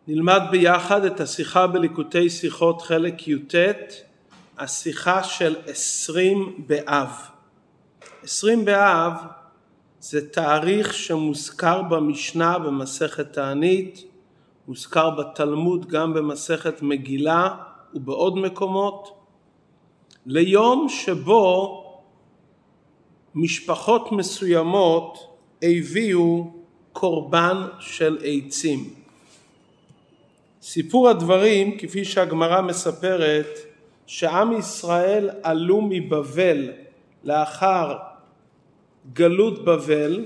נלמד ביחד את השיחה בליקוטי שיחות חלק י"ט, השיחה של 20 באב. 20 באב זה תאריך שמוזכר במשנה במסכת תענית, מוזכר בתלמוד גם במסכת מגילה ובעוד מקומות, ליום שבו משפחות מסוימות הביאו קורבן של עצים. סיפור הדברים, כפי שהגמרא מספרת, שעם ישראל עלו מבבל לאחר גלות בבל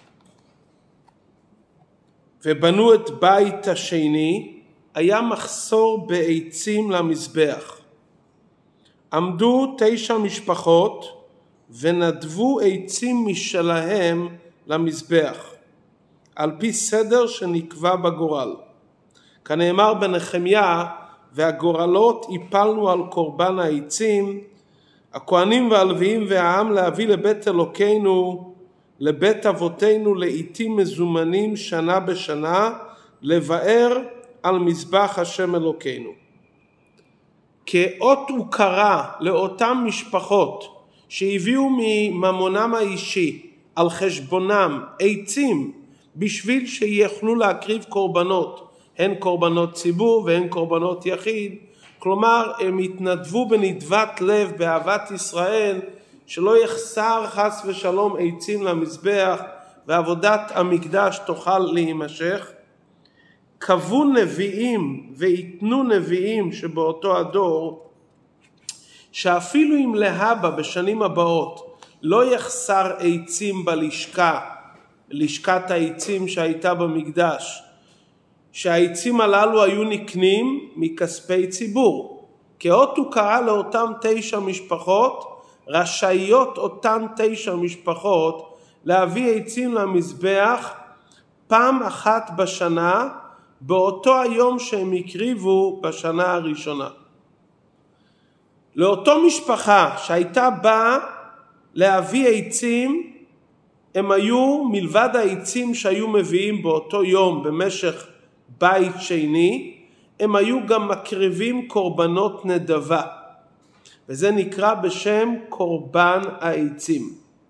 ובנו את בית השני, היה מחסור בעצים למזבח. עמדו 9 משפחות ונדבו עצים משלהם למזבח, על פי סדר שנקבע בגורל. כנאמר בנחמיה, והגורלות הפלנו על קורבן העצים, הכהנים והלוויים והעם להביא לבית אלוקינו, לבית אבותינו לעתים מזומנים שנה בשנה, לבאר על מזבח השם אלוקינו. כאות הוקרה לאותן משפחות שהביאו מממונם האישי על חשבונם עצים בשביל שיוכלו להקריב קורבנות, הן קורבנות ציבור והן קורבנות יחיד, כלומר הם התנדבו בנדבת לב באהבת ישראל, שלא יחסר חס ושלום עצים למזבח ועבודת המקדש תוכל להימשך. קבעו נביאים ויתנו נביאים שבאותו הדור, שאפילו אם להבא בשנים הבאות לא יחסר עצים לשכת העצים שהייתה במקדש, שהעצים הללו היו נקנים מכספי ציבור. כאות הוקרה לאותם 9 משפחות, רשאיות אותן 9 משפחות להביא עצים למזבח פעם אחת בשנה, באותו היום שהם הקריבו בשנה הראשונה. לאותו משפחה שהייתה באה להביא עצים, הם היו מלבד העצים שהיו מביאים באותו יום במשך בית שני, הם היו גם מקריבים קורבנות נדבה, וזה נקרא בשם קורבן העצים.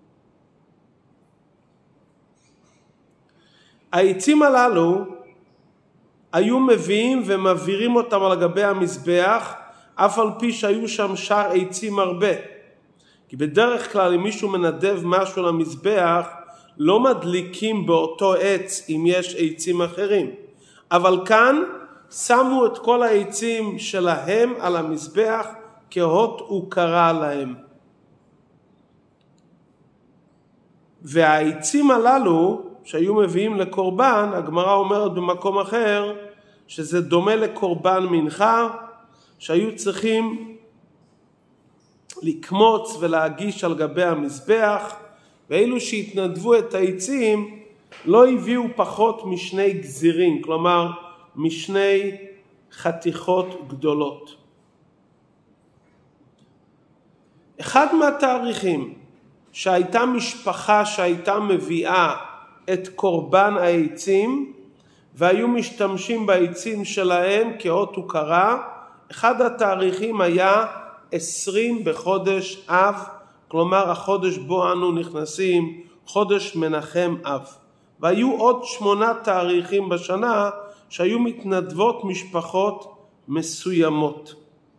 העצים הללו היו מביאים ומעבירים אותם על גבי המזבח, אף על פי שהיו שם שאר עצים הרבה. כי בדרך כלל אם מישהו מנדב משהו למזבח, לא מדליקים באותו עץ אם יש עצים אחרים. אבל כאן שמו את כל העצים שלהם על המזבח כאות הוקרה להם. והעצים הללו שהיו מביאים לקורבן, הגמרא אומרת במקום אחר שזה דומה לקורבן מנחה, שהיו צריכים לקמוץ ולהגיש על גבי המזבח, ואילו שהתנדבו את העצים לא הביאו פחות מ2 גזירים, כלומר מ2 חתיכות גדולות. אחד מהתאריכים שהייתה משפחה שהייתה מביאה את קורבן העצים והיו משתמשים בעצים שלהם כאות הוקרה, אחד התאריכים היה 20 בחודש אב, כלומר החודש בו אנו נכנסים, חודש מנחם אב. והיו עוד 8 תאריכים בשנה שהיו מתנדבות משפחות מסוימות.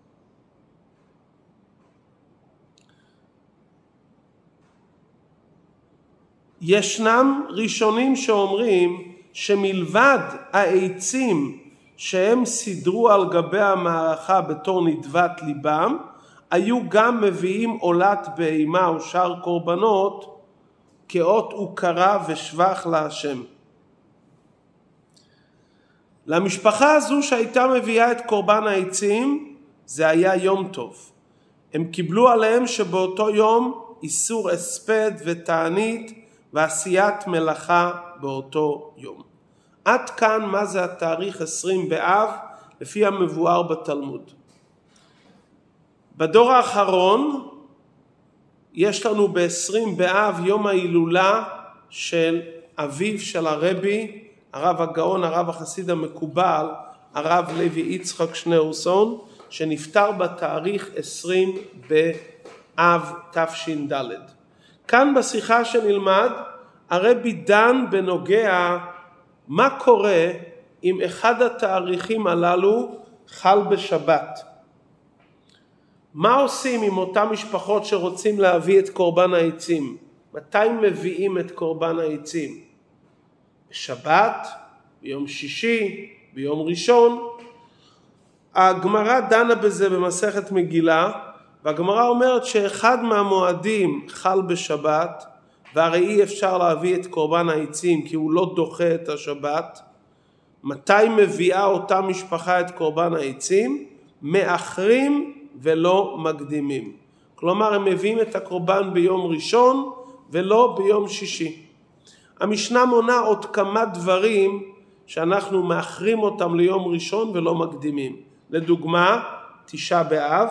ישנם ראשונים שאומרים שמלבד העצים שהם סידרו על גבי המערכה בתור נדבת ליבם, היו גם מביאים עולת בהמה או שאר קורבנות כאות הוקרה ושבח להשם. למשפחה הזו שהייתה מביאה את קורבן העצים, זה היה יום טוב. הם קיבלו עליהם שבאותו יום איסור הספד ותענית ועשיית מלאכה באותו יום. עד כאן מה זה התאריך 20 באב לפי המבואר בתלמוד. בדור האחרון יש לנו ב-20 באב יום ההילולה של אביו של הרבי, הרב הגאון, הרב החסיד המקובל, הרב לוי יצחק שניאורסון, שנפטר בתאריך 20 באב תש"ד. כאן בשיחה שנלמד הרבי דן בנוגע מה קורה אם אחד התאריכים הללו חל בשבת. מה עושים עם אותם משפחות שרוצים להביא את קורבן העצים? מתי מביאים את קורבן העצים? בשבת, ביום שישי, ביום ראשון. הגמרא דנה בזה במסכת מגילה, והגמרא אומרת שאחד מהמועדים חל בשבת, והרי אי אפשר להביא את קורבן העצים כי הוא לא דוחה את השבת. מתי מביאה אותה משפחה את קורבן העצים? מאחרים ולא מקדימים. כלומר הם מביאים את הקורבן ביום ראשון ולא ביום שישי. המשנה מונה עוד כמה דברים שאנחנו מאחרים אותם ליום ראשון ולא מקדימים. לדוגמה, תשעה באב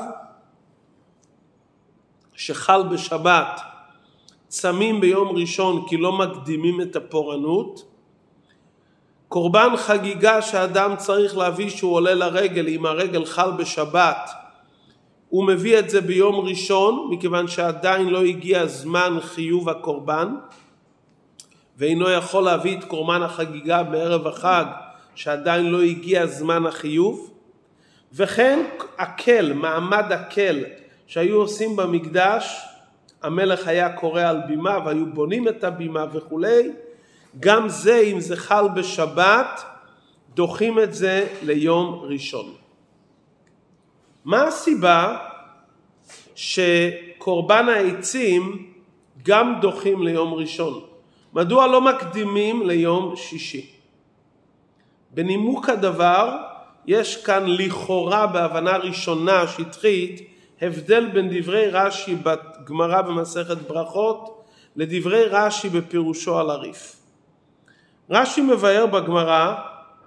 שחל בשבת, צמים ביום ראשון כי לא מקדימים את הפורענות. קורבן חגיגה שאדם צריך להביא שהוא עולה לרגל, אם הרגל חל בשבת, הוא מביא את זה ביום ראשון, מכיוון שעדיין לא הגיע זמן חיוב הקורבן, ואינו יכול להביא את קורבן החגיגה בערב החג, שעדיין לא הגיע זמן החיוב. וכן הקל, מעמד הקל שהיו עושים במקדש, המלך היה קורא על בימה והיו בונים את הבימה וכולי, גם זה אם זה חל בשבת דוחים את זה ליום ראשון. מה הסיבה שקורבן העצים גם דוחים ליום ראשון? מדוע לא מקדימים ליום שישי? בנימוק הדבר יש כאן לכאורה בהבנה ראשונה שטחית הבדל בין דברי רש"י בגמרא במסכת ברכות לדברי רש"י בפירושו על הריף. רש"י מבאר בגמרא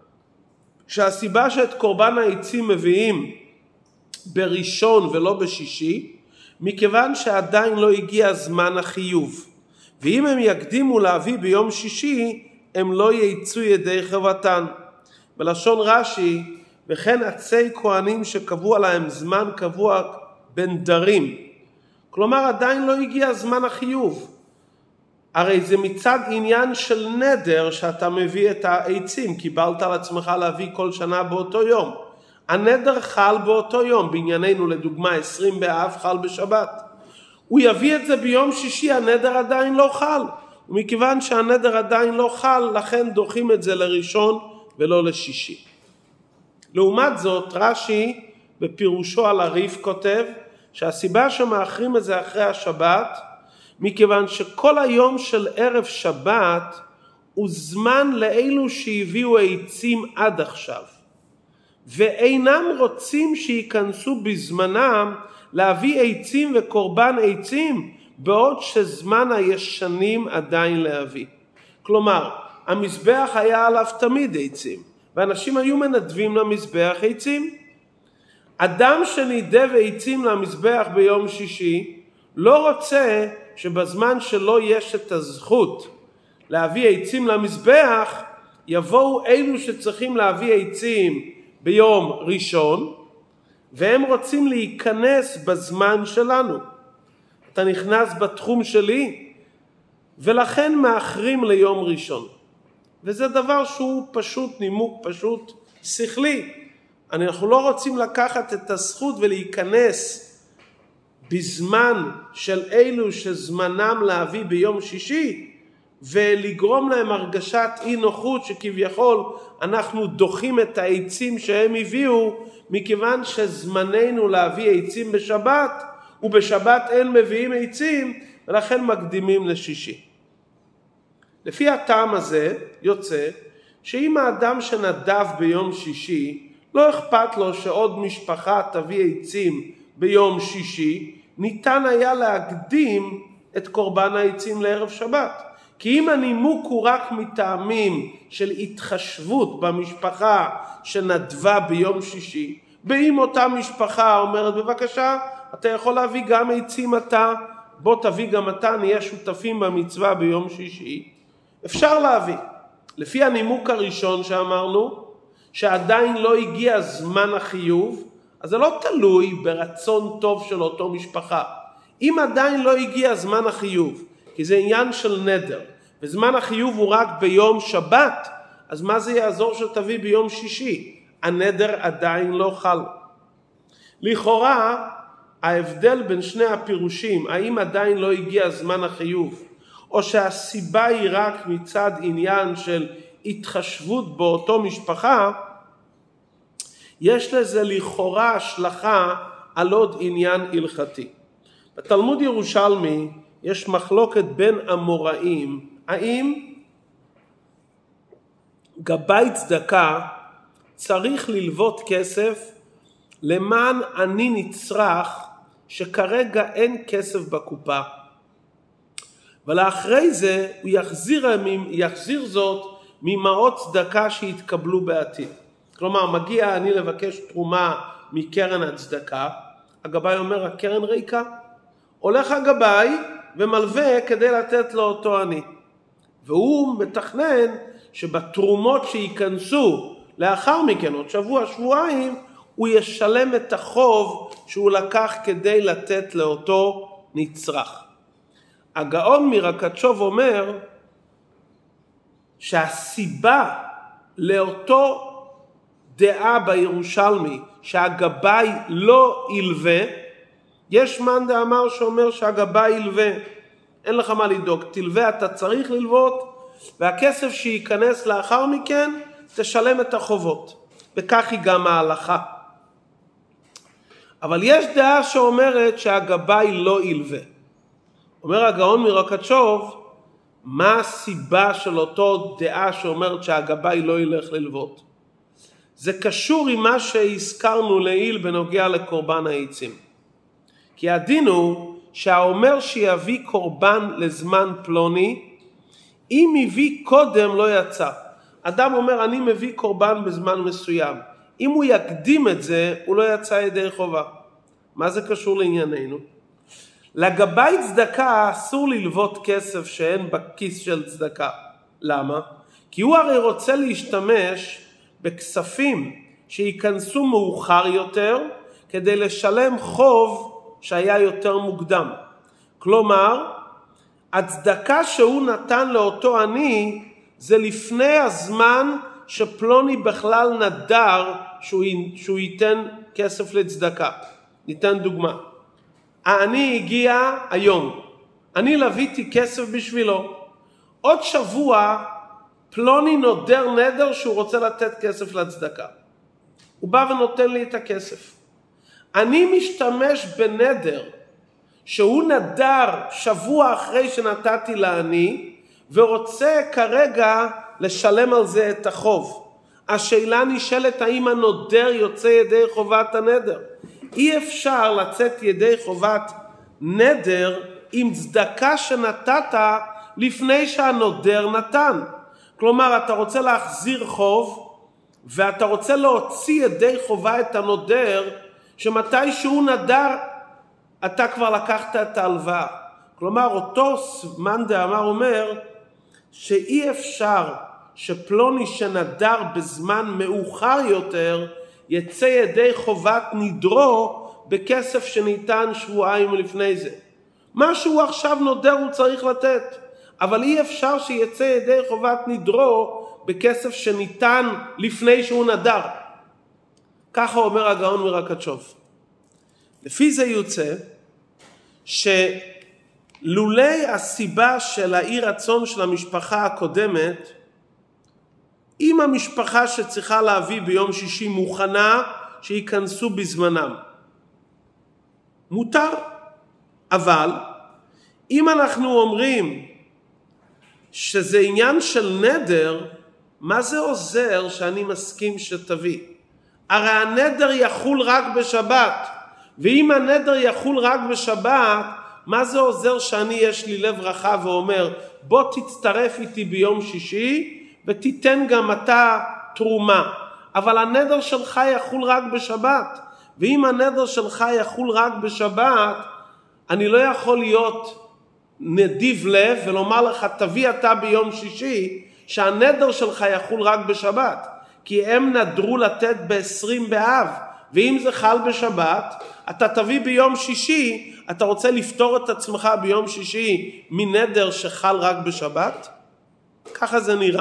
שהסיבה שאת קורבן העצים מביאים בראשון ולא בשישי, מכיוון שעדיין לא הגיע זמן החיוב, ואם הם יקדימו להביא ביום שישי הם לא ייצאו ידי חובתן. בלשון רש"י, וכן עצי כהנים שקבוע להם זמן קבוע בין דרים, כלומר עדיין לא הגיע זמן החיוב. הרי זה מצד עניין של נדר שאתה מביא את העצים, קיבלת על עצמך להביא כל שנה באותו יום. הנדר חל באותו יום, בענייננו לדוגמה 20 באב חל בשבת. הוא יביא את זה ביום שישי, הנדר עדיין לא חל. ומכיוון שהנדר עדיין לא חל, לכן דוחים את זה לראשון ולא לשישי. לעומת זאת, רש"י בפירושו על הריף כותב שהסיבה שמאחרים את זה אחרי השבת, מכיוון שכל היום של ערב שבת הוא זמן לאלו שהביאו עצים עד עכשיו, ואינם רוצים שיכנסו בזמנם להביא עצים וקורבן עצים, בעוד שזמן הישנים עדיין להביא. כלומר, המזבח היה עליו תמיד עצים, ואנשים היו מנדבים למזבח עצים. אדם שנידב עצים למזבח ביום שישי, לא רוצה שבזמן שלו יש את הזכות להביא עצים למזבח, יבואו אלו שצריכים להביא עצים ביום ראשון, והם רוצים להיכנס בזמן שלנו. אתה נכנס בתחום שלי, ולכן מאחרים ליום ראשון. וזה דבר שהוא פשוט נימוק, פשוט שכלי. אנחנו לא רוצים לקחת את הזכות ולהיכנס בזמן של אלו שזמנם להביא ביום שישי, ולגרום להם הרגשת אי נוחות שכביכול אנחנו דוחים את העצים שהם הביאו, מכיוון שזמננו להביא עצים בשבת, ובשבת אין מביאים עצים, ולכן מקדימים לשישי. לפי הטעם הזה יוצא שאם האדם שנדב ביום שישי, לא אכפת לו שעוד משפחה תביא עצים ביום שישי, ניתן היה להקדים את קורבן העצים לערב שבת. כי אם הנימוק הוא רק מטעמים של התחשבות במשפחה שנדבה ביום שישי, ואם אותה משפחה אומרת בבקשה אתה יכול להביא גם עצים אתה, בוא תביא גם אתה, נהיה שותפים במצווה ביום שישי, אפשר להביא. לפי הנימוק הראשון שאמרנו, שעדיין לא הגיע זמן החיוב, אז זה לא תלוי ברצון טוב של אותו משפחה. אם עדיין לא הגיע זמן החיוב, כי זה עניין של נדר, וזמן החיוב הוא רק ביום שבת, אז מה זה יעזור שתביא ביום שישי? הנדר עדיין לא חל. לכאורה, ההבדל בין שני הפירושים, האם עדיין לא הגיע זמן החיוב, או שהסיבה היא רק מצד עניין של התחשבות באותו משפחה, יש לזה לכאורה השלכה על עוד עניין הלכתי. בתלמוד ירושלמי יש מחלוקת בין אמוראים, האם גבאי צדקה צריך ללוות כסף למען אני נצרך שכרגע אין כסף בקופה, ולאחרי זה הוא יחזיר זאת ממעות צדקה שהתקבלו בעתיד. כלומר, מגיע אני לבקש תרומה מקרן הצדקה, הגבאי אומר הקרן ריקה, הולך הגבאי ומלווה כדי לתת לו אותו אני, והוא מתכנן שבתרומות שייכנסו לאחר מכן, עוד שבוע, שבועיים, הוא ישלם את החוב שהוא לקח כדי לתת לאותו נצרך. הגאון מרקצ'וב אומר שהסיבה לאותו דעה בירושלמי שהגבאי לא ילווה, יש מאן דאמר שאומר שהגבאי ילווה, אין לך מה לדאוג, תלווה, אתה צריך ללוות, והכסף שייכנס לאחר מכן תשלם את החובות, וכך היא גם ההלכה. אבל יש דעה שאומרת שהגבאי לא ילווה. אומר הגאון מרקצ'וב, מה הסיבה של אותו דעה שאומרת שהגבאי לא ילך ללוות? זה קשור עם מה שהזכרנו לעיל בנוגע לקורבן העצים. כי הדין הוא שהאומר שיביא קורבן לזמן פלוני, אם הביא קודם לא יצא. אדם אומר אני מביא קורבן בזמן מסוים, אם הוא יקדים את זה הוא לא יצא ידי חובה. מה זה קשור לענייננו? לגבאי צדקה אסור ללוות כסף שאין בכיס של צדקה. למה? כי הוא הרי רוצה להשתמש בכספים שייכנסו מאוחר יותר כדי לשלם חוב שהיה יותר מוקדם. כלומר, הצדקה שהוא נתן לאותו עני זה לפני הזמן שפלוני בכלל נדר שהוא ייתן כסף לצדקה. ניתן דוגמה. העני הגיע היום, אני לוויתי כסף בשבילו, עוד שבוע פלוני נודר נדר שהוא רוצה לתת כסף לצדקה, הוא בא ונותן לי את הכסף, אני משתמש בנדר שהוא נדר שבוע אחרי שנתתי לעני ורוצה כרגע לשלם על זה את החוב. השאלה נשאלת האם הנודר יוצא ידי חובת הנדר. אי אפשר לצאת ידי חובת נדר עם צדקה שנתת לפני שהנודר נתן. כלומר, אתה רוצה להחזיר חוב ואתה רוצה להוציא ידי חובה את הנודר שמתי שהוא נדר אתה כבר לקחת את ההלוואה. כלומר, אותו מאן דאמר אומר שאי אפשר שפלוני שנדר בזמן מאוחר יותר יצא ידי חובת נדרו בכסף שניתן שבועיים לפני זה. מה שהוא עכשיו נודר הוא צריך לתת, אבל אי אפשר שיצא ידי חובת נדרו בכסף שניתן לפני שהוא נדר. ככה אומר הגאון מרקצ'וב. לפי זה יוצא שלולי הסיבה של האי רצון של המשפחה הקודמת, אם המשפחה שצריכה להביא ביום שישי מוכנה שיכנסו בזמנם, מותר. אבל אם אנחנו אומרים שזה עניין של נדר, מה זה עוזר שאני מסכים שתביא? הרי הנדר יחול רק בשבת, ואם הנדר יחול רק בשבת, מה זה עוזר שאני יש לי לב רחב ואומר בוא תצטרף איתי ביום שישי ותיתן גם אתה תרומה, אבל הנדר שלך יחול רק בשבת, ואם הנדר שלך יחול רק בשבת, אני לא יכול להיות נדיב לב ולומר לך תביא אתה ביום שישי שהנדר שלך יחול רק בשבת, כי הם נדרו לתת ב-20 באב, ואם זה חל בשבת, אתה תביא ביום שישי, אתה רוצה לפתור את עצמך ביום שישי מנדר שחל רק בשבת? ככה זה נראה.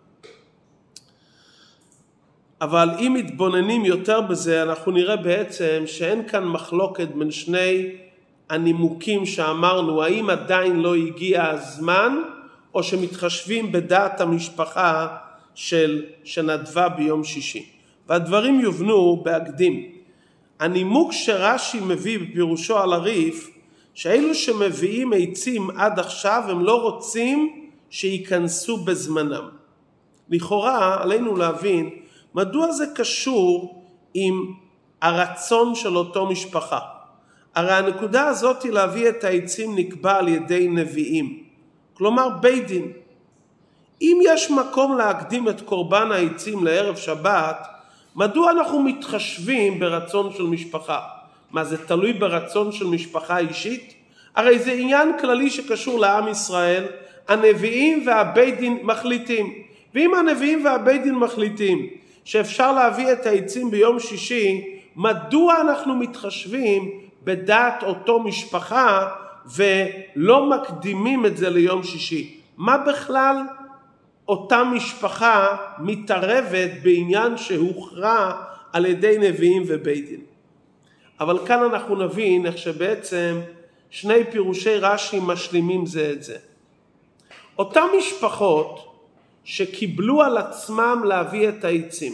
אבל אם מתבוננים יותר בזה, אנחנו נראה בעצם שאין כאן מחלוקת בין שני הנימוקים שאמרנו, האם עדיין לא הגיע הזמן, או שמתחשבים בדעת המשפחה שנדבה ביום שישי. והדברים יובנו בהקדים. הנימוק שרש"י מביא בפירושו על הריף, שאלו שמביאים עצים עד עכשיו הם לא רוצים שייכנסו בזמנם. לכאורה עלינו להבין מדוע זה קשור עם הרצון של אותו משפחה. הרי הנקודה הזאת היא להביא את העצים נקבע על ידי נביאים, כלומר בית דין. אם יש מקום להקדים את קורבן העצים לערב שבת, מדוע אנחנו מתחשבים ברצון של משפחה? מה, זה תלוי ברצון של משפחה אישית? הרי זה עניין כללי שקשור לעם ישראל, הנביאים והבית דין מחליטים. ואם הנביאים והבית דין מחליטים שאפשר להביא את העצים ביום שישי, מדוע אנחנו מתחשבים בדעת אותו משפחה ולא מקדימים את זה ליום שישי? מה בכלל אותה משפחה מתערבת בעניין שהוכרע על ידי נביאים ובית דין? אבל כאן אנחנו נבין איך שבעצם שני פירושי רש"י משלימים זה את זה. אותם משפחות שקיבלו על עצמם להביא את העצים,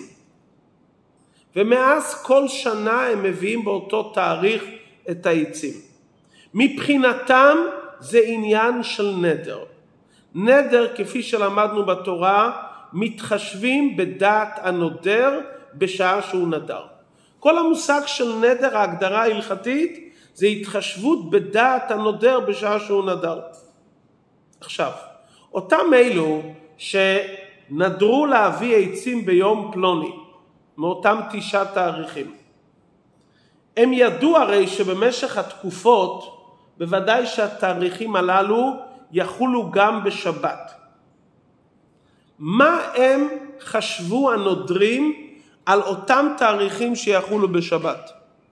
ומאז כל שנה הם מביאים באותו תאריך את העצים, מבחינתם זה עניין של נדר. נדר, כפי שלמדנו בתורה, מתחשבים בדעת הנודר בשעה שהוא נדר. כל המושג של נדר, ההגדרה ההלכתית, זה התחשבות בדעת הנודר בשעה שהוא נדר. עכשיו, אותם אלו שנדרו להביא עצים ביום פלוני, מאותם 9 תאריכים, הם ידעו הרי שבמשך התקופות, בוודאי שהתאריכים הללו יחולו גם בשבת. מה הם חשבו הנודרים על אותם תאריכים שיחולו בשבת?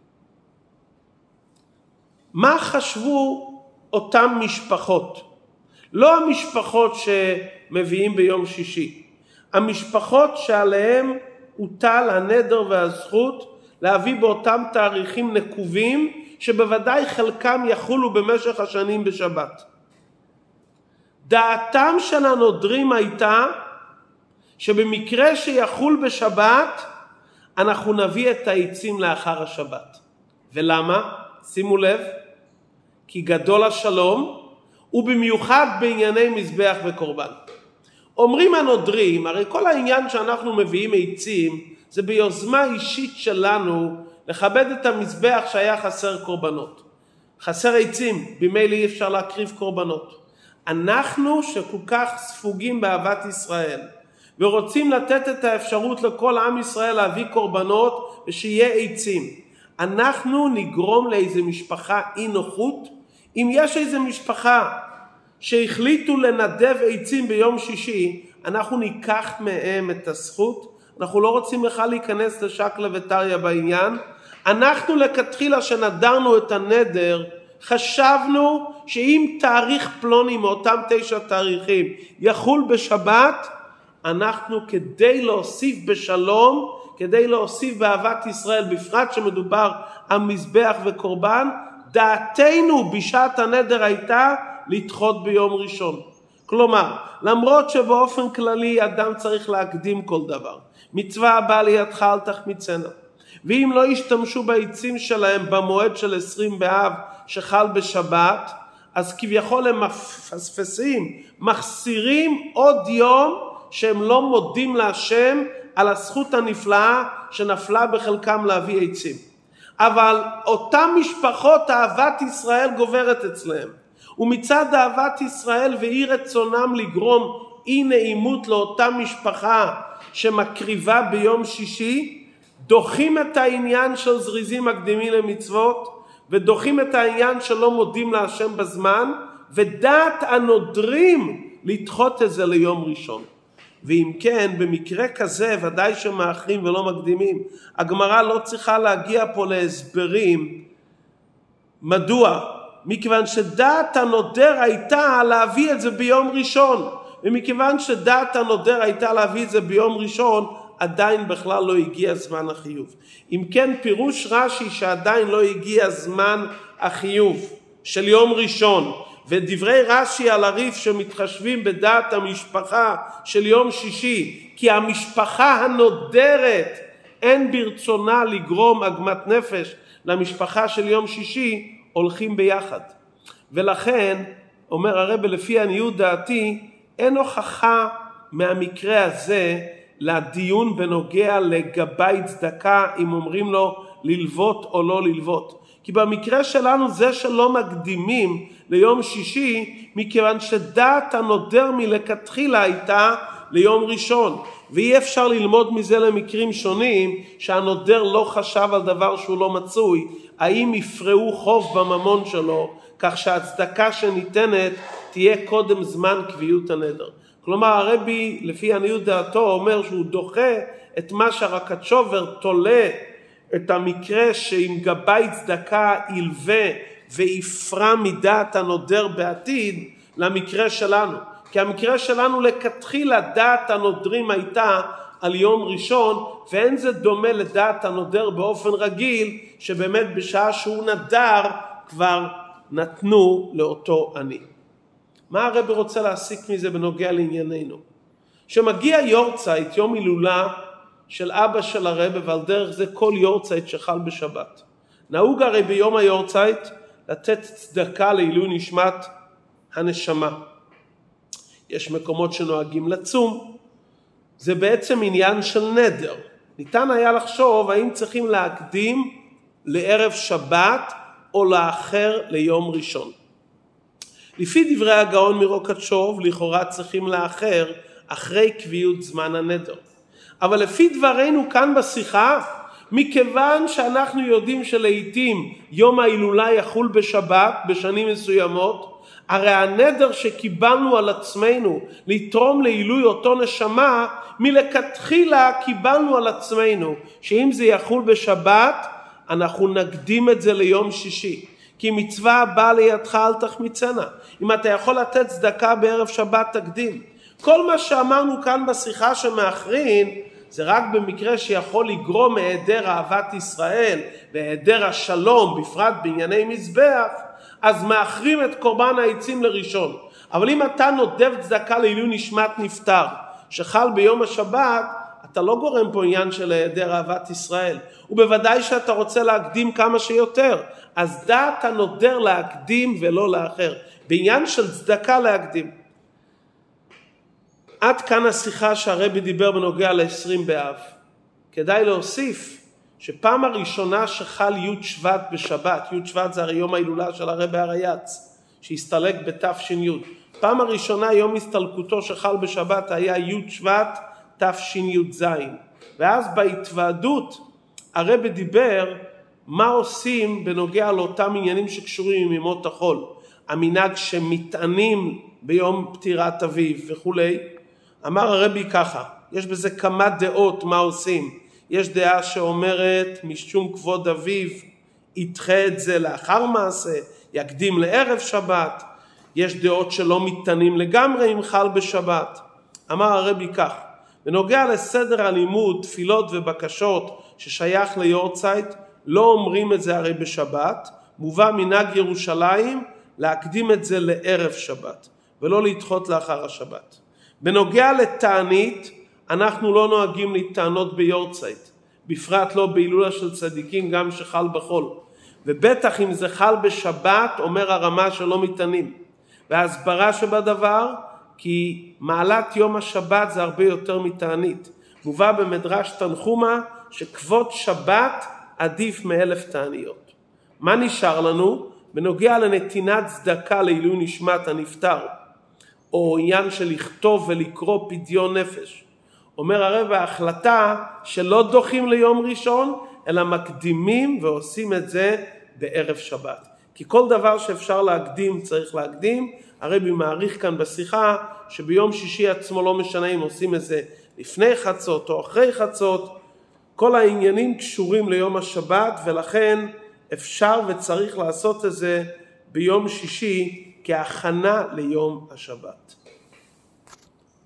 מה חשבו אותם משפחות? לא המשפחות שמביאים ביום שישי, המשפחות שעליהם הוטל הנדר והזכות להביא באותם תאריכים נקובים, שבוודאי חלקם יחולו במשך השנים בשבת. דעתם של הנודרים הייתה שבמקרה שיחול בשבת אנחנו נביא את העצים לאחר השבת. ולמה? שימו לב, כי גדול השלום, ובמיוחד בענייני מזבח וקורבן. אומרים הנודרים, הרי כל העניין שאנחנו מביאים עצים זה ביוזמה אישית שלנו לכבד את המזבח שהיה חסר קורבנות. חסר עצים, במילא אי אפשר להקריב קורבנות. אנחנו שכל כך ספוגים באהבת ישראל ורוצים לתת את האפשרות לכל עם ישראל להביא קורבנות ושיהיה עצים, אנחנו נגרום לאיזה משפחה אי נוחות? אם יש איזה משפחה שהחליטו לנדב עצים ביום שישי, אנחנו ניקח מהם את הזכות? אנחנו לא רוצים לך להיכנס לשקלה וטריה בעניין. אנחנו לכתחילה שנדרנו את הנדר, חשבנו שאם תאריך פלוני מאותם 9 תאריכים יחול בשבת, אנחנו כדי להוסיף בשלום, כדי להוסיף באהבת ישראל, בפרט שמדובר על מזבח וקורבן, דעתנו בשעת הנדר הייתה לדחות ביום ראשון. כלומר, למרות שבאופן כללי אדם צריך להקדים כל דבר, מצווה הבאה לידך אל תחמיצנה, ואם לא ישתמשו בעצים שלהם במועד של 20 באב שחל בשבת, אז כביכול הם מפספסים, מחסירים עוד יום שהם לא מודים להשם על הזכות הנפלאה שנפלה בחלקם להביא עצים. אבל אותם משפחות אהבת ישראל גוברת אצלהם, ומצד אהבת ישראל ואי רצונם לגרום אי נעימות לאותה משפחה שמקריבה ביום שישי, דוחים את העניין של זריזים מקדימים למצוות, ודוחים את העניין שלא מודים להשם בזמן, ודעת הנודרים לדחות את זה ליום ראשון. ואם כן, במקרה כזה ודאי שמאחרים ולא מקדימים. הגמרא לא צריכה להגיע פה להסברים. מדוע? מכיוון שדעת הנודר הייתה להביא את זה ביום ראשון, ומכיוון שדעת הנודר הייתה להביא את זה ביום ראשון, עדיין בכלל לא הגיע זמן החיוב. אם כן, פירוש רש"י שעדיין לא הגיע זמן החיוב של יום ראשון, ודברי רש"י על הריף שמתחשבים בדעת המשפחה של יום שישי, כי המשפחה הנודרת אין ברצונה לגרום עגמת נפש למשפחה של יום שישי, הולכים ביחד. ולכן אומר הרב, לפי עניות דעתי אין הוכחה מהמקרה הזה לדיון בנוגע לגבי צדקה, אם אומרים לו ללוות או לא ללוות. כי במקרה שלנו זה שלא מקדימים ליום שישי, מכיוון שדעת הנודר מלכתחילה הייתה ליום ראשון, ואי אפשר ללמוד מזה למקרים שונים שהנודר לא חשב על דבר שהוא לא מצוי, האם יפרעו חוב בממון שלו, כך שהצדקה שניתנת תהיה קודם זמן קביעות הנדר. כלומר הרבי לפי עניות דעתו אומר שהוא דוחה את מה שהרקצ'ובר תולה את המקרה שאם גבי צדקה ילווה ויפרע מדעת הנודר בעתיד למקרה שלנו. כי המקרה שלנו לכתחילה דעת הנודרים הייתה על יום ראשון, ואין זה דומה לדעת הנודר באופן רגיל, שבאמת בשעה שהוא נדר כבר נתנו לאותו עני. מה הרב רוצה להסיק מזה בנוגע לענייננו? שמגיע יורצייט, יום הילולה של אבא של הרב, ועל דרך זה כל יורצייט שחל בשבת. נהוג הרי ביום היורצייט לתת צדקה לעילוי נשמת הנשמה. יש מקומות שנוהגים לצום. זה בעצם עניין של נדר. ניתן היה לחשוב האם צריכים להקדים לערב שבת או לאחר ליום ראשון. לפי דברי הגאון מרוקצ'וב, לכאורה צריכים לאחר אחרי קביעות זמן הנדר. אבל לפי דברינו כאן בשיחה, מכיוון שאנחנו יודעים שלעיתים יום ההילולה יחול בשבת בשנים מסוימות, הרי הנדר שקיבלנו על עצמנו לתרום לעילוי אותו נשמה, מלכתחילה קיבלנו על עצמנו שאם זה יחול בשבת, אנחנו נקדים את זה ליום שישי. כי מצווה הבאה לידך אל תחמיצנה. אם אתה יכול לתת צדקה בערב שבת תקדים. כל מה שאמרנו כאן בשיחה שמאחרין, זה רק במקרה שיכול לגרום מהיעדר אהבת ישראל והיעדר השלום, בפרט בענייני מזבח, אז מאחרים את קורבן העצים לראשון. אבל אם אתה נודב צדקה לעילוי נשמת נפטר, שחל ביום השבת, אתה לא גורם פה עניין של היעדר אהבת ישראל. ובוודאי שאתה רוצה להקדים כמה שיותר. אז דעת הנודר להקדים ולא לאחר. בעניין של צדקה להקדים. עד כאן השיחה שהרבי דיבר בנוגע ל-20 באב. כדאי להוסיף שפעם הראשונה שחל י' שבט בשבת, י' שבט זה הרי יום ההילולה של הרבי הרייץ, שהסתלק בתש"י. פעם הראשונה יום הסתלקותו שחל בשבת היה י' שבט תשי"ז. ואז בהתוועדות הרבי דיבר מה עושים בנוגע לאותם עניינים שקשורים עם ימות החול. המנהג שמטענים ביום פטירת אביו וכולי. אמר הרבי ככה, יש בזה כמה דעות מה עושים. יש דעה שאומרת משום כבוד אביו ידחה את זה לאחר מעשה, יקדים לערב שבת. יש דעות שלא מטענים לגמרי אם חל בשבת. אמר הרבי כך, בנוגע לסדר הלימוד, תפילות ובקשות ששייך ליורצייט, לא אומרים את זה הרי בשבת, מובא מנהג ירושלים להקדים את זה לערב שבת ולא לדחות לאחר השבת. בנוגע לתענית, אנחנו לא נוהגים להתענות ביורצייט, בפרט לא בהילולה של צדיקים גם שחל בחול, ובטח אם זה חל בשבת אומר הרמה שלא מתענים. וההסברה שבדבר, כי מעלת יום השבת זה הרבה יותר מתענית. מובא במדרש תנחומה שכבוד שבת עדיף מ1000 תעניות. מה נשאר לנו? בנוגע לנתינת צדקה לעילוי נשמת הנפטר, או עניין של לכתוב ולקרוא פדיון נפש. אומר הרב, ההחלטה שלא דוחים ליום ראשון, אלא מקדימים ועושים את זה בערב שבת. כי כל דבר שאפשר להקדים צריך להקדים. הרבי מעריך כאן בשיחה שביום שישי עצמו לא משנה אם עושים את זה לפני חצות או אחרי חצות, כל העניינים קשורים ליום השבת, ולכן אפשר וצריך לעשות את זה ביום שישי כהכנה ליום השבת.